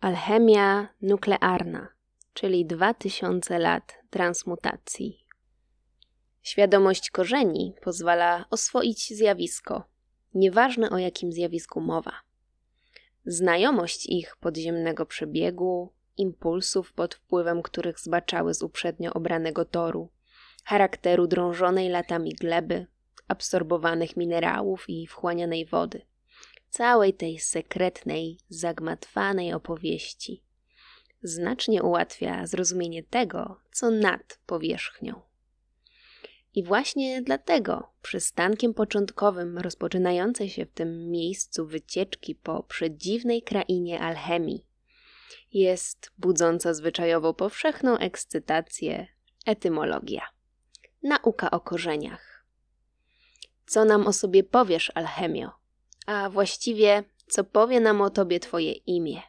Alchemia nuklearna, czyli 2000 lat transmutacji. Świadomość korzeni pozwala oswoić zjawisko, nieważne o jakim zjawisku mowa. Znajomość ich podziemnego przebiegu, impulsów pod wpływem których zbaczały z uprzednio obranego toru, charakteru drążonej latami gleby, absorbowanych minerałów i wchłanianej wody. Całej tej sekretnej, zagmatwanej opowieści znacznie ułatwia zrozumienie tego, co nad powierzchnią. I właśnie dlatego przystankiem początkowym rozpoczynającej się w tym miejscu wycieczki po przedziwnej krainie alchemii jest budząca zwyczajowo powszechną ekscytację etymologia. Nauka o korzeniach. Co nam o sobie powiesz, alchemio? A właściwie, co powie nam o tobie twoje imię?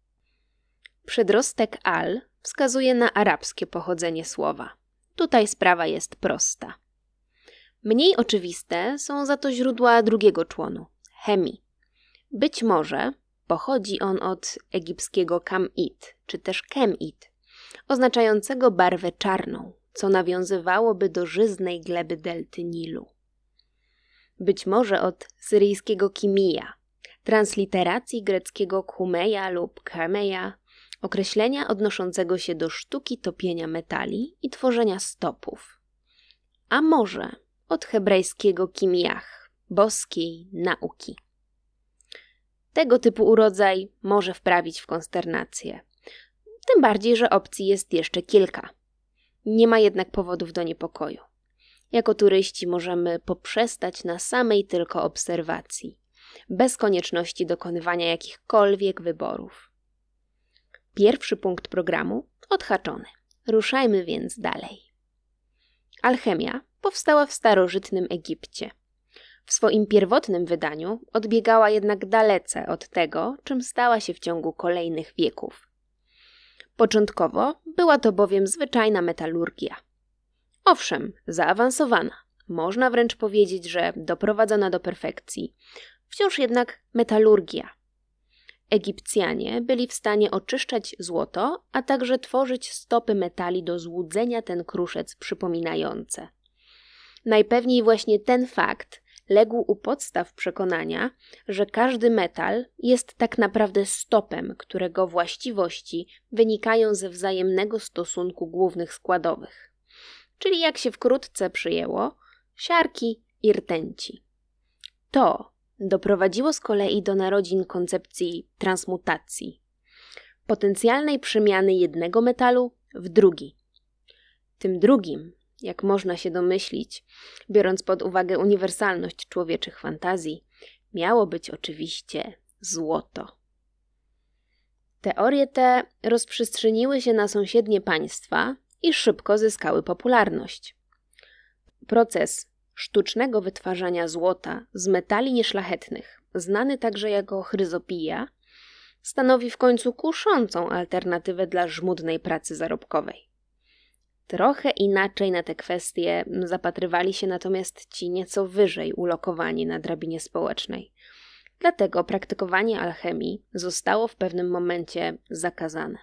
Przedrostek al wskazuje na arabskie pochodzenie słowa. Tutaj sprawa jest prosta. Mniej oczywiste są za to źródła drugiego członu, chemii. Być może pochodzi on od egipskiego kam'it, czy też kem'it, oznaczającego barwę czarną, co nawiązywałoby do żyznej gleby delty Nilu. Być może od syryjskiego kimija, transliteracji greckiego kumeja lub kemeja, określenia odnoszącego się do sztuki topienia metali i tworzenia stopów. A może od hebrajskiego kimiach, boskiej nauki. Tego typu urodzaj może wprawić w konsternację. Tym bardziej, że opcji jest jeszcze kilka. Nie ma jednak powodów do niepokoju. Jako turyści możemy poprzestać na samej tylko obserwacji, bez konieczności dokonywania jakichkolwiek wyborów. Pierwszy punkt programu odhaczony. Ruszajmy więc dalej. Alchemia powstała w starożytnym Egipcie. W swoim pierwotnym wydaniu odbiegała jednak dalece od tego, czym stała się w ciągu kolejnych wieków. Początkowo była to bowiem zwyczajna metalurgia. Owszem, zaawansowana, można wręcz powiedzieć, że doprowadzona do perfekcji, wciąż jednak metalurgia. Egipcjanie byli w stanie oczyszczać złoto, a także tworzyć stopy metali do złudzenia ten kruszec przypominające. Najpewniej właśnie ten fakt legł u podstaw przekonania, że każdy metal jest tak naprawdę stopem, którego właściwości wynikają ze wzajemnego stosunku głównych składowych. Czyli jak się wkrótce przyjęło, siarki i rtęci. To doprowadziło z kolei do narodzin koncepcji transmutacji, potencjalnej przemiany jednego metalu w drugi. Tym drugim, jak można się domyślić, biorąc pod uwagę uniwersalność człowieczych fantazji, miało być oczywiście złoto. Teorie te rozprzestrzeniły się na sąsiednie państwa i szybko zyskały popularność. Proces sztucznego wytwarzania złota z metali nieszlachetnych, znany także jako chryzopija, stanowi w końcu kuszącą alternatywę dla żmudnej pracy zarobkowej. Trochę inaczej na te kwestie zapatrywali się natomiast ci nieco wyżej ulokowani na drabinie społecznej. Dlatego praktykowanie alchemii zostało w pewnym momencie zakazane.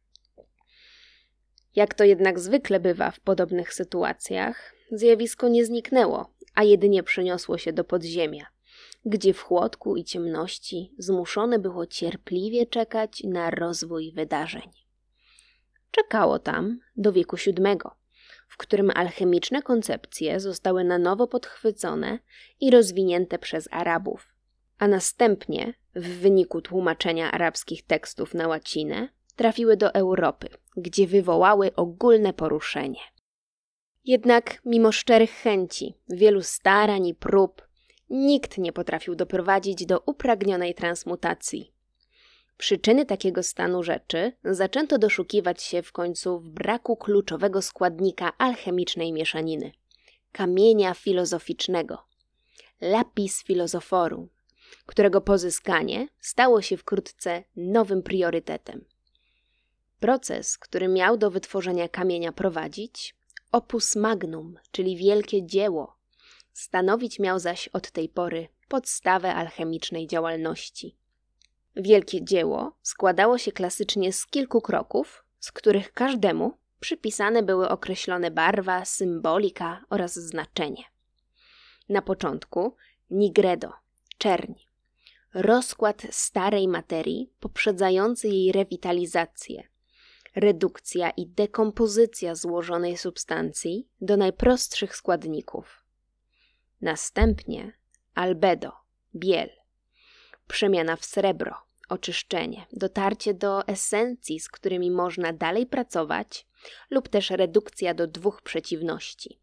Jak to jednak zwykle bywa w podobnych sytuacjach, zjawisko nie zniknęło, a jedynie przeniosło się do podziemia, gdzie w chłodku i ciemności zmuszone było cierpliwie czekać na rozwój wydarzeń. Czekało tam do wieku VII, w którym alchemiczne koncepcje zostały na nowo podchwycone i rozwinięte przez Arabów, a następnie w wyniku tłumaczenia arabskich tekstów na łacinę trafiły do Europy, gdzie wywołały ogólne poruszenie. Jednak mimo szczerych chęci, wielu starań i prób, nikt nie potrafił doprowadzić do upragnionej transmutacji. Przyczyny takiego stanu rzeczy zaczęto doszukiwać się w końcu w braku kluczowego składnika alchemicznej mieszaniny – kamienia filozoficznego, lapis philosophorum, którego pozyskanie stało się wkrótce nowym priorytetem. Proces, który miał do wytworzenia kamienia prowadzić, opus magnum, czyli wielkie dzieło, stanowić miał zaś od tej pory podstawę alchemicznej działalności. Wielkie dzieło składało się klasycznie z kilku kroków, z których każdemu przypisane były określone barwa, symbolika oraz znaczenie. Na początku nigredo, czerń, rozkład starej materii poprzedzający jej rewitalizację, redukcja i dekompozycja złożonej substancji do najprostszych składników. Następnie albedo, biel, przemiana w srebro, oczyszczenie, dotarcie do esencji, z którymi można dalej pracować, lub też redukcja do dwóch przeciwności.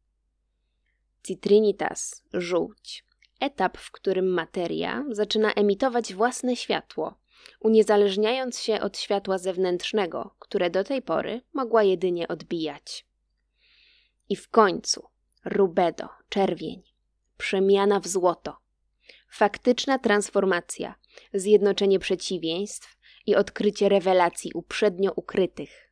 Citrinitas, żółć, etap, w którym materia zaczyna emitować własne światło, uniezależniając się od światła zewnętrznego, które do tej pory mogła jedynie odbijać. I w końcu rubedo, czerwień, przemiana w złoto, faktyczna transformacja, zjednoczenie przeciwieństw i odkrycie rewelacji uprzednio ukrytych.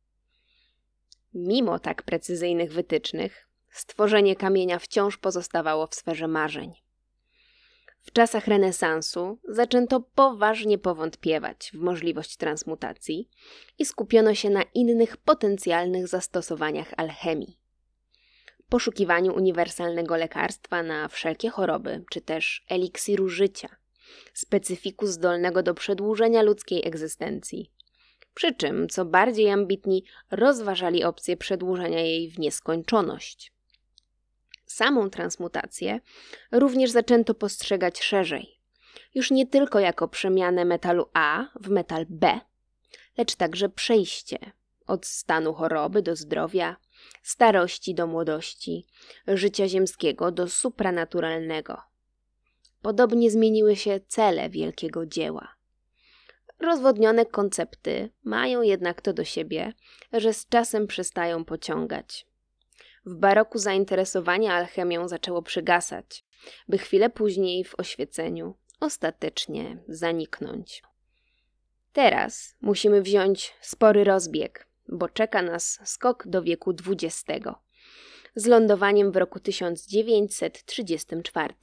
Mimo tak precyzyjnych wytycznych, stworzenie kamienia wciąż pozostawało w sferze marzeń. W czasach renesansu zaczęto poważnie powątpiewać w możliwość transmutacji i skupiono się na innych potencjalnych zastosowaniach alchemii. Poszukiwaniu uniwersalnego lekarstwa na wszelkie choroby, czy też eliksiru życia, specyfiku zdolnego do przedłużenia ludzkiej egzystencji. Przy czym, co bardziej ambitni, rozważali opcję przedłużenia jej w nieskończoność. Samą transmutację również zaczęto postrzegać szerzej. Już nie tylko jako przemianę metalu A w metal B, lecz także przejście od stanu choroby do zdrowia, starości do młodości, życia ziemskiego do supranaturalnego. Podobnie zmieniły się cele wielkiego dzieła. Rozwodnione koncepty mają jednak to do siebie, że z czasem przestają pociągać. W baroku zainteresowanie alchemią zaczęło przygasać, by chwilę później w oświeceniu ostatecznie zaniknąć. Teraz musimy wziąć spory rozbieg, bo czeka nas skok do wieku XX, z lądowaniem w roku 1934.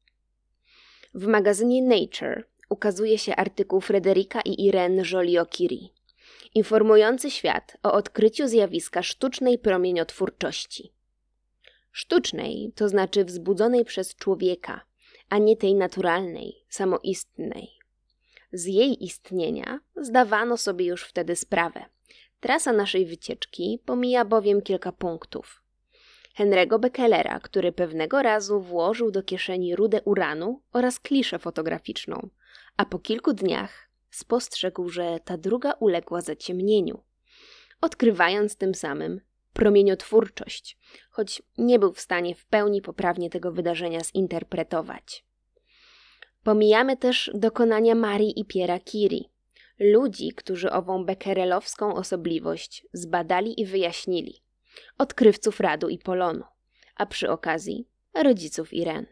W magazynie Nature ukazuje się artykuł Frederica i Irene Joliot-Curie, informujący świat o odkryciu zjawiska sztucznej promieniotwórczości. Sztucznej, to znaczy wzbudzonej przez człowieka, a nie tej naturalnej, samoistnej. Z jej istnienia zdawano sobie już wtedy sprawę. Trasa naszej wycieczki pomija bowiem kilka punktów. Henry'ego Beckellera, który pewnego razu włożył do kieszeni rudę uranu oraz kliszę fotograficzną, a po kilku dniach spostrzegł, że ta druga uległa zaciemnieniu, odkrywając tym samym promieniotwórczość, choć nie był w stanie w pełni poprawnie tego wydarzenia zinterpretować. Pomijamy też dokonania Marii i Pierre'a Curie, ludzi, którzy ową becquerelowską osobliwość zbadali i wyjaśnili, odkrywców radu i polonu, a przy okazji rodziców Irene.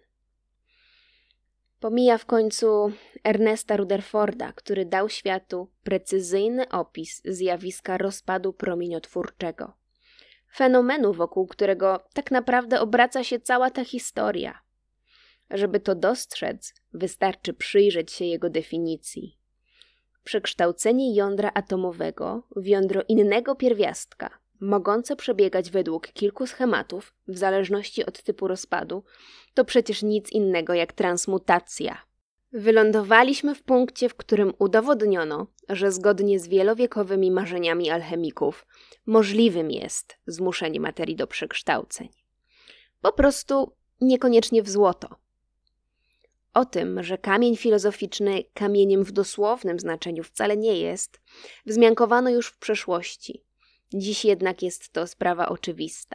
Pomija w końcu Ernesta Rutherforda, który dał światu precyzyjny opis zjawiska rozpadu promieniotwórczego, fenomenu, wokół którego tak naprawdę obraca się cała ta historia. Żeby to dostrzec, wystarczy przyjrzeć się jego definicji. Przekształcenie jądra atomowego w jądro innego pierwiastka, mogące przebiegać według kilku schematów, w zależności od typu rozpadu, to przecież nic innego jak transmutacja. Wylądowaliśmy w punkcie, w którym udowodniono, że zgodnie z wielowiekowymi marzeniami alchemików możliwym jest zmuszenie materii do przekształceń. Po prostu niekoniecznie w złoto. O tym, że kamień filozoficzny kamieniem w dosłownym znaczeniu wcale nie jest, wzmiankowano już w przeszłości. Dziś jednak jest to sprawa oczywista.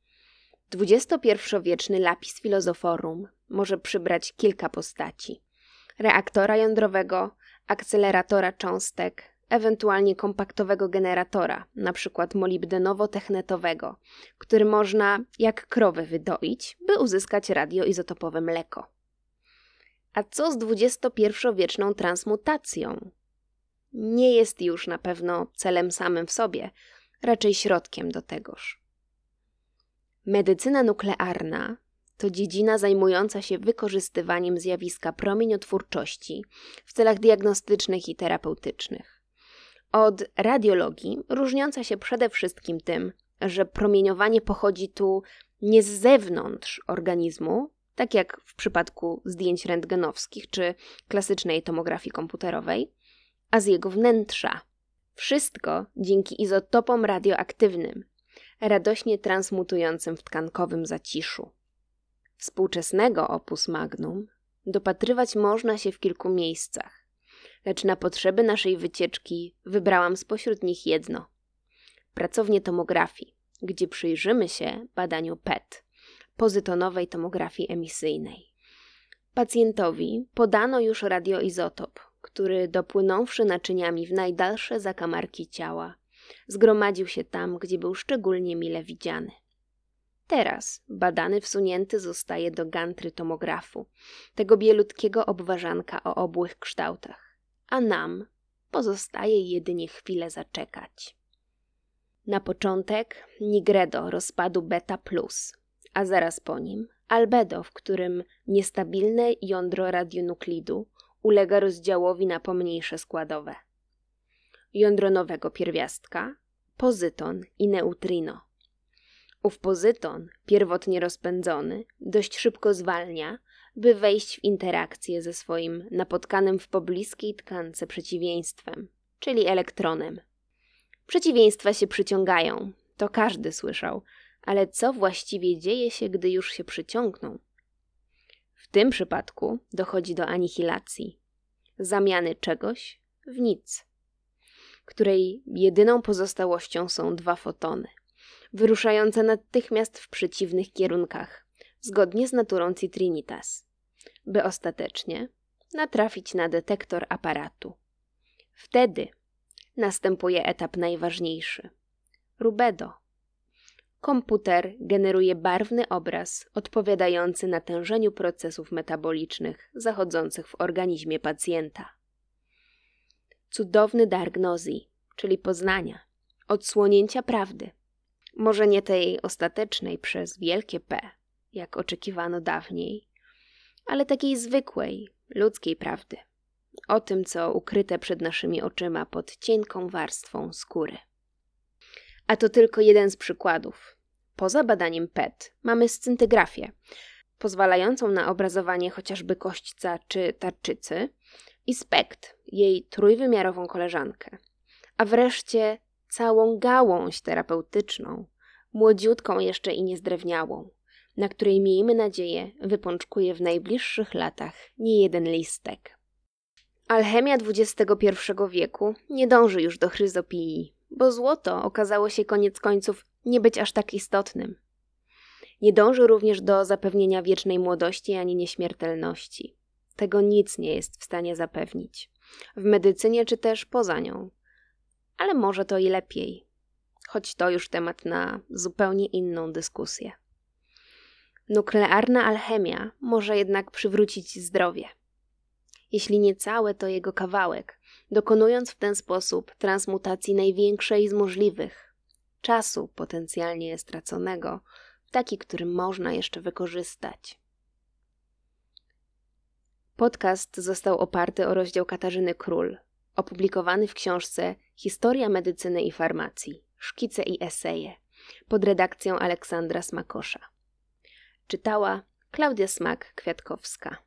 XXI-wieczny lapis filozoforum może przybrać kilka postaci. Reaktora jądrowego, akceleratora cząstek, ewentualnie kompaktowego generatora, np. molibdenowo-technetowego, który można jak krowę wydoić, by uzyskać radioizotopowe mleko. A co z XXI-wieczną transmutacją? Nie jest już na pewno celem samym w sobie, raczej środkiem do tegoż. Medycyna nuklearna to dziedzina zajmująca się wykorzystywaniem zjawiska promieniotwórczości w celach diagnostycznych i terapeutycznych. Od radiologii różniąca się przede wszystkim tym, że promieniowanie pochodzi tu nie z zewnątrz organizmu, tak jak w przypadku zdjęć rentgenowskich czy klasycznej tomografii komputerowej, a z jego wnętrza. Wszystko dzięki izotopom radioaktywnym, radośnie transmutującym w tkankowym zaciszu. Współczesnego opus magnum dopatrywać można się w kilku miejscach, lecz na potrzeby naszej wycieczki wybrałam spośród nich jedno. Pracownię tomografii, gdzie przyjrzymy się badaniu PET, pozytonowej tomografii emisyjnej. Pacjentowi podano już radioizotop, który dopłynąwszy naczyniami w najdalsze zakamarki ciała, zgromadził się tam, gdzie był szczególnie mile widziany. Teraz badany wsunięty zostaje do gantry tomografu, tego bielutkiego obwarzanka o obłych kształtach, a nam pozostaje jedynie chwilę zaczekać. Na początek nigredo rozpadu beta+, a zaraz po nim albedo, w którym niestabilne jądro radionuklidu ulega rozdziałowi na pomniejsze składowe. Jądro nowego pierwiastka, pozyton i neutrino. Ów pozyton, pierwotnie rozpędzony, dość szybko zwalnia, by wejść w interakcję ze swoim napotkanym w pobliskiej tkance przeciwieństwem, czyli elektronem. Przeciwieństwa się przyciągają, to każdy słyszał, ale co właściwie dzieje się, gdy już się przyciągną? W tym przypadku dochodzi do anihilacji, zamiany czegoś w nic, której jedyną pozostałością są dwa fotony, wyruszające natychmiast w przeciwnych kierunkach, zgodnie z naturą Citrinitas, by ostatecznie natrafić na detektor aparatu. Wtedy następuje etap najważniejszy – rubedo. Komputer generuje barwny obraz odpowiadający natężeniu procesów metabolicznych zachodzących w organizmie pacjenta. Cudowny dar gnozji, czyli poznania, odsłonięcia prawdy. Może nie tej ostatecznej przez wielkie P, jak oczekiwano dawniej, ale takiej zwykłej, ludzkiej prawdy. O tym, co ukryte przed naszymi oczyma pod cienką warstwą skóry. A to tylko jeden z przykładów. Poza badaniem PET mamy scyntygrafię, pozwalającą na obrazowanie chociażby kośćca czy tarczycy, i SPECT, jej trójwymiarową koleżankę. A wreszcie całą gałąź terapeutyczną, młodziutką jeszcze i niezdrewniałą, na której, miejmy nadzieję, wypączkuje w najbliższych latach niejeden listek. Alchemia XXI wieku nie dąży już do chryzopii, bo złoto okazało się koniec końców nie być aż tak istotnym. Nie dąży również do zapewnienia wiecznej młodości ani nieśmiertelności. Tego nic nie jest w stanie zapewnić. W medycynie czy też poza nią. Ale może to i lepiej. Choć to już temat na zupełnie inną dyskusję. Nuklearna alchemia może jednak przywrócić zdrowie. Jeśli nie całe, to jego kawałek, dokonując w ten sposób transmutacji największej z możliwych, czasu potencjalnie straconego, w taki, który można jeszcze wykorzystać. Podcast został oparty o rozdział Katarzyny Król, opublikowany w książce Historia medycyny i farmacji, szkice i eseje, pod redakcją Aleksandra Smakosza. Czytała Klaudia Smak-Kwiatkowska.